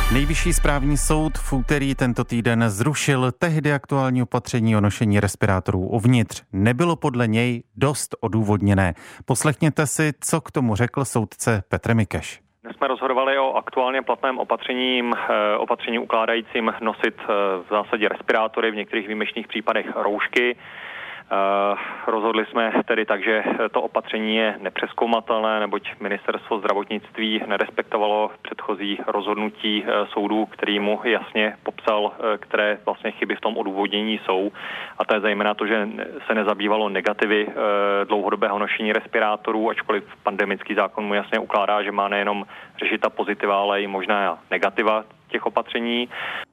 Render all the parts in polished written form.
Nejvyšší správní soud v úterý tento týden zrušil tehdy aktuální opatření o nošení respirátorů uvnitř. Nebylo podle něj dost odůvodněné. Poslechněte si, co k tomu řekl soudce Petr Mikeš. Dnes jsme rozhodovali o aktuálně platném opatření ukládajícím nosit v zásadě respirátory, v některých výjimečných případech roušky. Rozhodli jsme tedy tak, že to opatření je nepřezkoumatelné, neboť ministerstvo zdravotnictví nerespektovalo předchozí rozhodnutí soudu, který mu jasně popsal, které vlastně chyby v tom odůvodnění jsou. A to je zejména to, že se nezabývalo negativy dlouhodobého nošení respirátorů, ačkoliv pandemický zákon mu jasně ukládá, že má nejenom řešit ta pozitiva, ale i možná negativa těch opatření.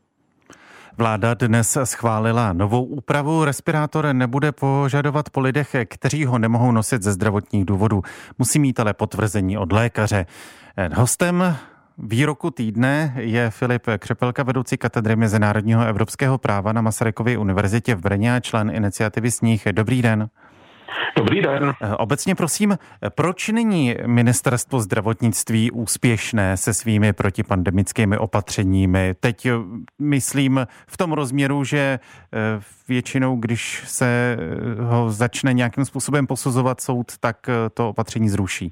Vláda dnes schválila novou úpravu. Respirátor nebude požadovat po lidech, kteří ho nemohou nosit ze zdravotních důvodů. Musí mít ale potvrzení od lékaře. Hostem výroku týdne je Filip Křepelka, vedoucí katedry mezinárodního evropského práva na Masarykově univerzitě v Brně a člen iniciativy Sníh. Dobrý den. Dobrý den. Obecně prosím, proč není ministerstvo zdravotnictví úspěšné se svými protipandemickými opatřeními? Teď myslím v tom rozměru, že většinou, když se ho začne nějakým způsobem posuzovat soud, tak to opatření zruší.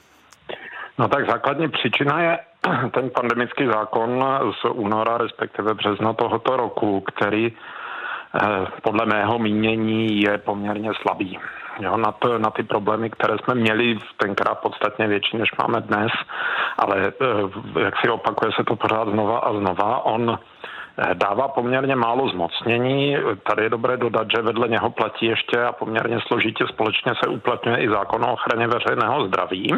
No tak základní příčina je ten pandemický zákon z února, respektive března tohoto roku, který podle mého mínění je poměrně slabý. Jo, na ty problémy, které jsme měli tenkrát podstatně větší, než máme dnes, ale jak si opakuje se to pořád znova a znova, on dává poměrně málo zmocnění. Tady je dobré dodat, že vedle něho platí ještě a poměrně složitě společně se uplatňuje i zákon o ochraně veřejného zdraví.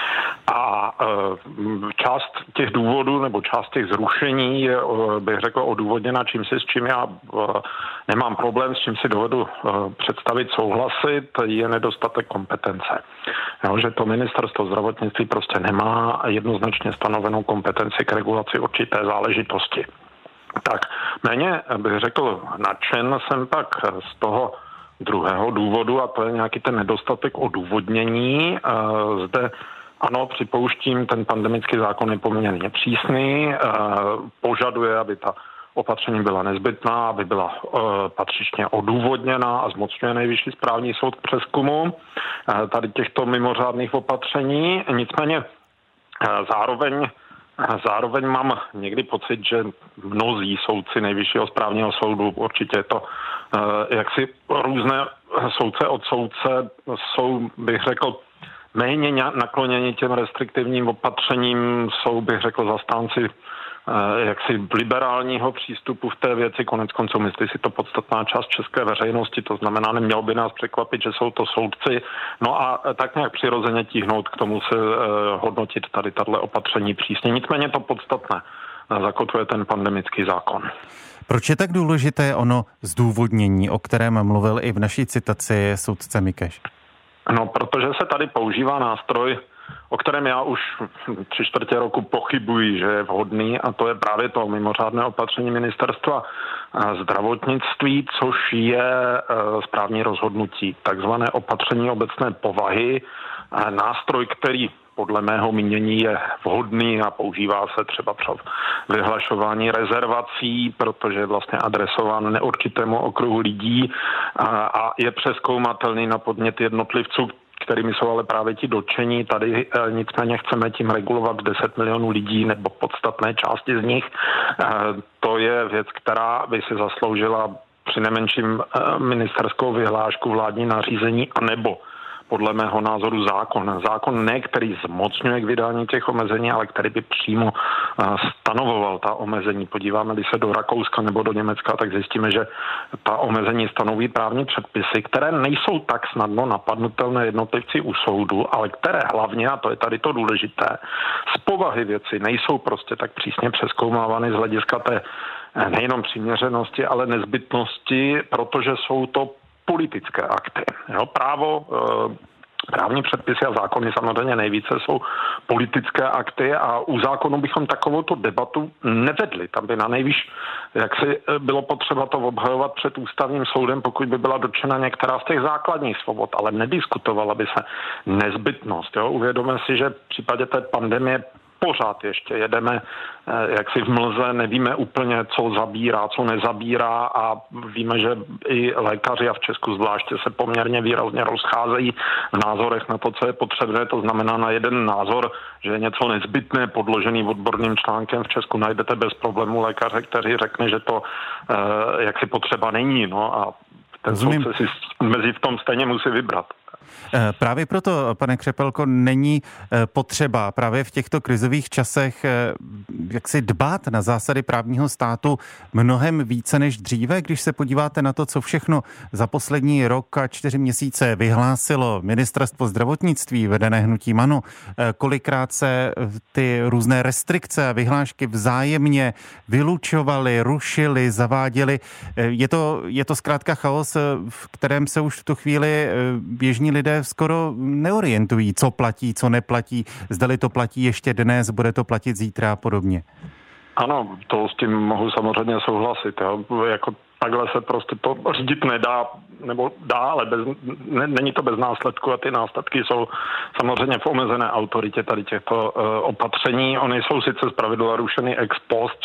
A část těch důvodů nebo část těch zrušení je, bych řekl, odůvodněna čímsi, s čím já nemám problém, s čím si dovedu představit, souhlasit, je nedostatek kompetence. Jo, že to ministerstvo zdravotnictví prostě nemá jednoznačně stanovenou kompetenci k regulaci určité záležitosti. Tak, méně bych řekl, nadšen jsem pak z toho druhého důvodu, a to je nějaký ten nedostatek odůvodnění. Zde ano, připouštím, ten pandemický zákon je poměrně přísný, požaduje, aby ta opatření byla nezbytná, aby byla patřičně odůvodněná a zmocňuje Nejvyšší správní soud k přezkumu tady těchto mimořádných opatření. Nicméně zároveň mám někdy pocit, že mnozí soudci Nejvyššího správního soudu, určitě je to jaksi různé soudce od soudce, jsou, bych řekl, méně nakloněni těm restriktivním opatřením, jsou, bych řekl, zastánci jaksi liberálního přístupu v té věci. Koneckonců myslí si to podstatná část české veřejnosti, to znamená, nemělo by nás překvapit, že jsou to soudci. No a tak nějak přirozeně tíhnout k tomu se hodnotit tady tato opatření přísně. Nicméně to podstatné zakotvuje ten pandemický zákon. Proč je tak důležité ono zdůvodnění, o kterém mluvil i v naší citaci soudce Mikeš? No, protože se tady používá nástroj, o kterém já už 3/4 roku pochybuji, že je vhodný, a to je právě to mimořádné opatření ministerstva zdravotnictví, což je správní rozhodnutí, takzvané opatření obecné povahy, nástroj, který podle mého mínění je vhodný a používá se třeba při vyhlašování rezervací, protože je vlastně adresován neurčitému okruhu lidí a je přezkoumatelný na podnět jednotlivců, kterými jsou ale právě ti dotčení. Tady nicméně chceme tím regulovat 10 milionů lidí nebo podstatné části z nich. To je věc, která by si zasloužila přinejmenším ministerskou vyhlášku, vládní nařízení anebo podle mého názoru zákon. Zákon ne, který zmocňuje k vydání těch omezení, ale který by přímo stanovoval ta omezení. Podíváme-li se do Rakouska nebo do Německa, tak zjistíme, že ta omezení stanoví právní předpisy, které nejsou tak snadno napadnutelné jednotlivci u soudu, ale které hlavně, a to je tady to důležité, z povahy věci nejsou prostě tak přísně přezkoumávány z hlediska té nejenom přiměřenosti, ale nezbytnosti, protože jsou to politické akty. Jo, právní předpisy a zákony samozřejmě nejvíce jsou politické akty a u zákonu bychom takovouto debatu nevedli. Tam by na nejvýš, jak si bylo potřeba to obhajovat před ústavním soudem, pokud by byla dotčena některá z těch základních svobod, ale nediskutovala by se nezbytnost. Jo. Uvědomíme si, že v případě té pandemie pořád ještě jedeme jaksi v mlze, nevíme úplně, co zabírá, co nezabírá a víme, že i lékaři a v Česku zvláště se poměrně výrazně rozcházejí v názorech na to, co je potřebné. To znamená na jeden názor, že je něco nezbytné, podložený odborným článkem v Česku, najdete bez problému lékaře, který řekne, že to jaksi potřeba není. No a ten soud se si mezi v tom stejně musí vybrat. Právě proto, pane Křepelko, není potřeba právě v těchto krizových časech jak si dbát na zásady právního státu mnohem více než dříve, když se podíváte na to, co všechno za poslední rok a 4 měsíce vyhlásilo Ministerstvo zdravotnictví vedené hnutím ANO, kolikrát se ty různé restrikce a vyhlášky vzájemně vylučovaly, rušily, zaváděly. Je to zkrátka chaos, v kterém se už v tu chvíli běžní lidé skoro neorientují, co platí, co neplatí, zdali to platí ještě dnes, bude to platit zítra a podobně. Ano, to s tím mohu samozřejmě souhlasit. Jako takhle se prostě to řídit nedá, nebo dá, ale není to bez následku a ty následky jsou samozřejmě v omezené autoritě tady těchto opatření. Ony jsou sice zpravidla rušeny ex post,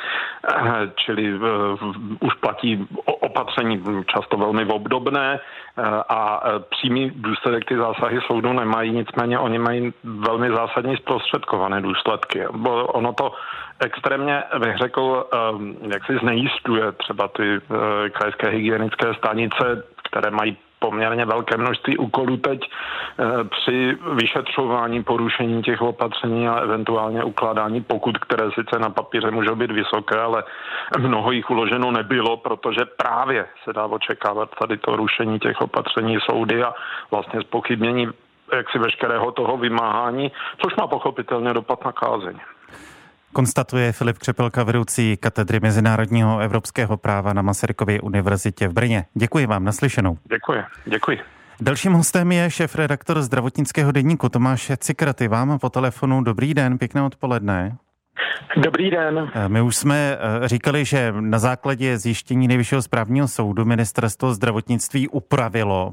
čili už platí opatření často velmi obdobné a přímý důsledek ty zásahy soudu nemají, nicméně oni mají velmi zásadní zprostředkované důsledky. Ono to extrémně, bych řekl, jak si znejistuje třeba ty krajské hygienické stanice, které mají poměrně velké množství úkolů teď při vyšetřování porušení těch opatření a eventuálně ukládání pokut, které sice na papíře můžou být vysoké, ale mnoho jich uloženo nebylo, protože právě se dá očekávat tady to rušení těch opatření soudy a vlastně zpochybnění jaksi veškerého toho vymáhání, což má pochopitelně dopad na kázeň. Konstatuje Filip Křepelka, vedoucí katedry mezinárodního evropského práva na Masarykově univerzitě v Brně. Děkuji vám, naslyšenou. Děkuji. Dalším hostem je šéfredaktor zdravotnického deníku Tomáš Cikraty. Vám po telefonu dobrý den, pěkné odpoledne. Dobrý den. My už jsme říkali, že na základě zjištění Nejvyššího správního soudu Ministerstvo zdravotnictví upravilo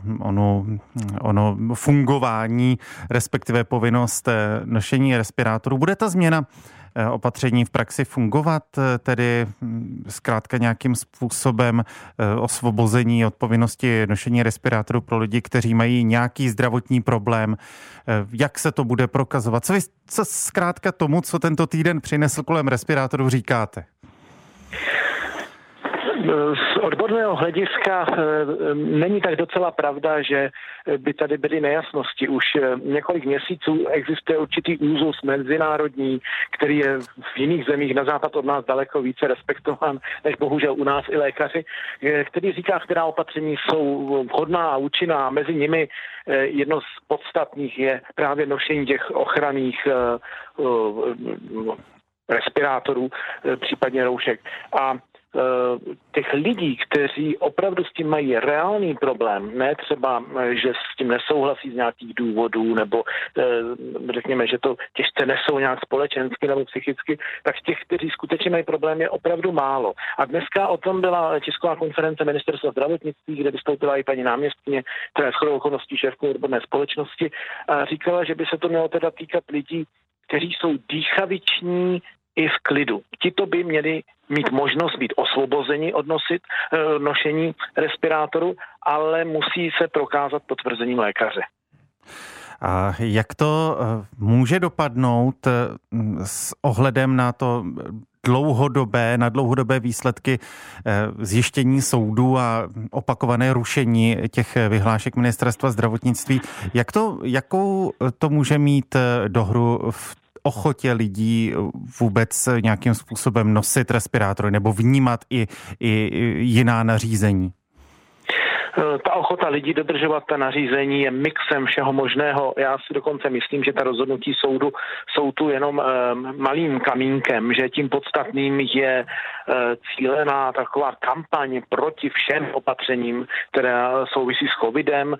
ono fungování, respektive povinnost nošení respirátorů. Bude ta změna opatření v praxi fungovat, tedy zkrátka nějakým způsobem osvobození od povinnosti nošení respirátorů pro lidi, kteří mají nějaký zdravotní problém? Jak se to bude prokazovat? Co zkrátka tomu, co tento týden přinesl kolem respirátorů, říkáte? Z odborného hlediska není tak docela pravda, že by tady byly nejasnosti. Už několik měsíců existuje určitý úzus mezinárodní, který je v jiných zemích na západ od nás daleko více respektován, než bohužel u nás i lékaři, který říká, která opatření jsou vhodná a účinná. Mezi nimi jedno z podstatných je právě nošení těch ochranných respirátorů, případně roušek. A těch lidí, kteří opravdu s tím mají reálný problém, ne třeba, že s tím nesouhlasí z nějakých důvodů, nebo řekněme, že to těžce nesou nějak společensky nebo psychicky, tak těch, kteří skutečně mají problém, je opravdu málo. A dneska o tom byla tisková konference Ministerstva zdravotnictví, kde vystoupila i paní náměstkyně, která je shodou okolností šéfkou odborné společnosti, a říkala, že by se to mělo teda týkat lidí, kteří jsou dýchaviční i v klidu. Tito by měli mít možnost být osvobozeni od nošení respirátoru, ale musí se prokázat potvrzením lékaře. A jak to může dopadnout s ohledem na to dlouhodobé výsledky zjištění soudů a opakované rušení těch vyhlášek Ministerstva zdravotnictví? Jakou to může mít dohru v ochotě lidí vůbec nějakým způsobem nosit respirátory nebo vnímat i jiná nařízení? Ta ochota lidí dodržovat ta nařízení je mixem všeho možného. Já si dokonce myslím, že ta rozhodnutí soudu jsou tu jenom malým kamínkem, že tím podstatným je cílená taková kampaň proti všem opatřením, které souvisí s covidem.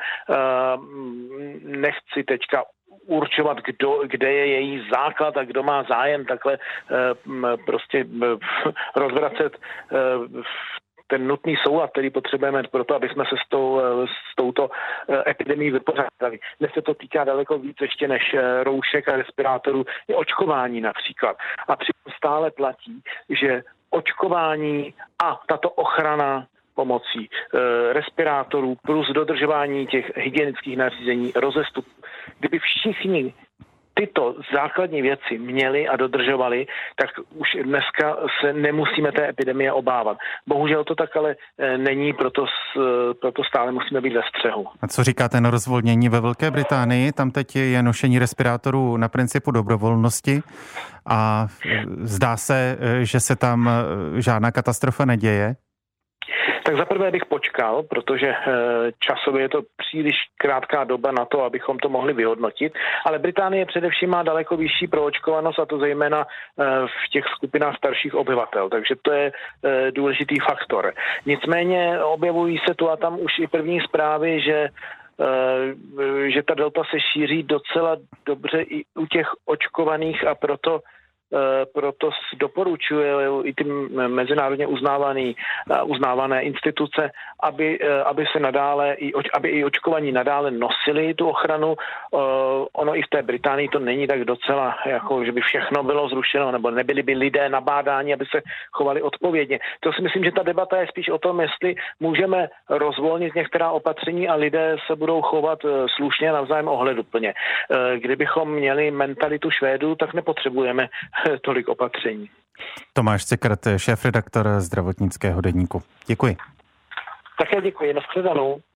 Nechci teďka určovat, kde je její základ a kdo má zájem takhle prostě rozvracet ten nutný soulad, který potřebujeme pro to, aby jsme se s touto epidemií vypořádali. Dnes se to týká daleko víc ještě než roušek a respirátorů, je očkování například. A přitom stále platí, že očkování a tato ochrana pomocí respirátorů plus dodržování těch hygienických nařízení, rozestupů. Kdyby všichni tyto základní věci měli a dodržovali, tak už dneska se nemusíme té epidemie obávat. Bohužel to tak ale není, proto stále musíme být ve střehu. A co říkáte na rozvolnění ve Velké Británii? Tam teď je nošení respirátorů na principu dobrovolnosti a zdá se, že se tam žádná katastrofa neděje. Tak zaprvé bych počkal, protože časově je to příliš krátká doba na to, abychom to mohli vyhodnotit, ale Británie především má daleko vyšší proočkovanost a to zejména v těch skupinách starších obyvatel, takže to je důležitý faktor. Nicméně objevují se tu a tam už i první zprávy, že ta delta se šíří docela dobře i u těch očkovaných a proto doporučuje i ty mezinárodně uznávané instituce, aby se nadále, aby i očkovaní nadále nosili tu ochranu. Ono i v té Británii to není tak docela, jako že by všechno bylo zrušeno, nebo nebyli by lidé nabádáni, aby se chovali odpovědně. To si myslím, že ta debata je spíš o tom, jestli můžeme rozvolnit některá opatření a lidé se budou chovat slušně navzájem ohleduplně. Kdybychom měli mentalitu Švédů, tak nepotřebujeme tolik opatření. Tomáš Cikrt, šéfredaktor Zdravotnického deníku. Děkuji. Také děkuji. Na shledanou.